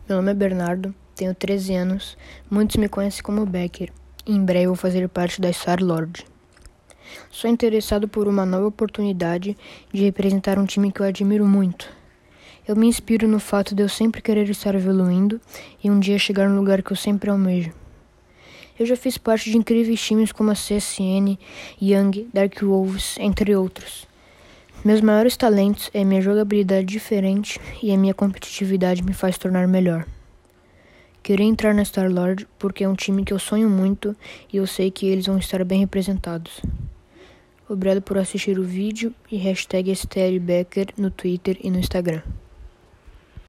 Meu nome é Bernardo, tenho 13 anos, muitos me conhecem como Becker e em breve vou fazer parte da Star-Lord. Sou interessado por uma nova oportunidade de representar um time que eu admiro muito. Eu me inspiro no fato de eu sempre querer estar evoluindo e um dia chegar no lugar que eu sempre almejo. Eu já fiz parte de incríveis times como a CSN, Young, Dark Wolves, entre outros. Meus maiores talentos é minha jogabilidade diferente e a minha competitividade me faz tornar melhor. Queria entrar na Star-Lord porque é um time que eu sonho muito e eu sei que eles vão estar bem representados. Obrigado por assistir o vídeo e #STLBecker no Twitter e no Instagram.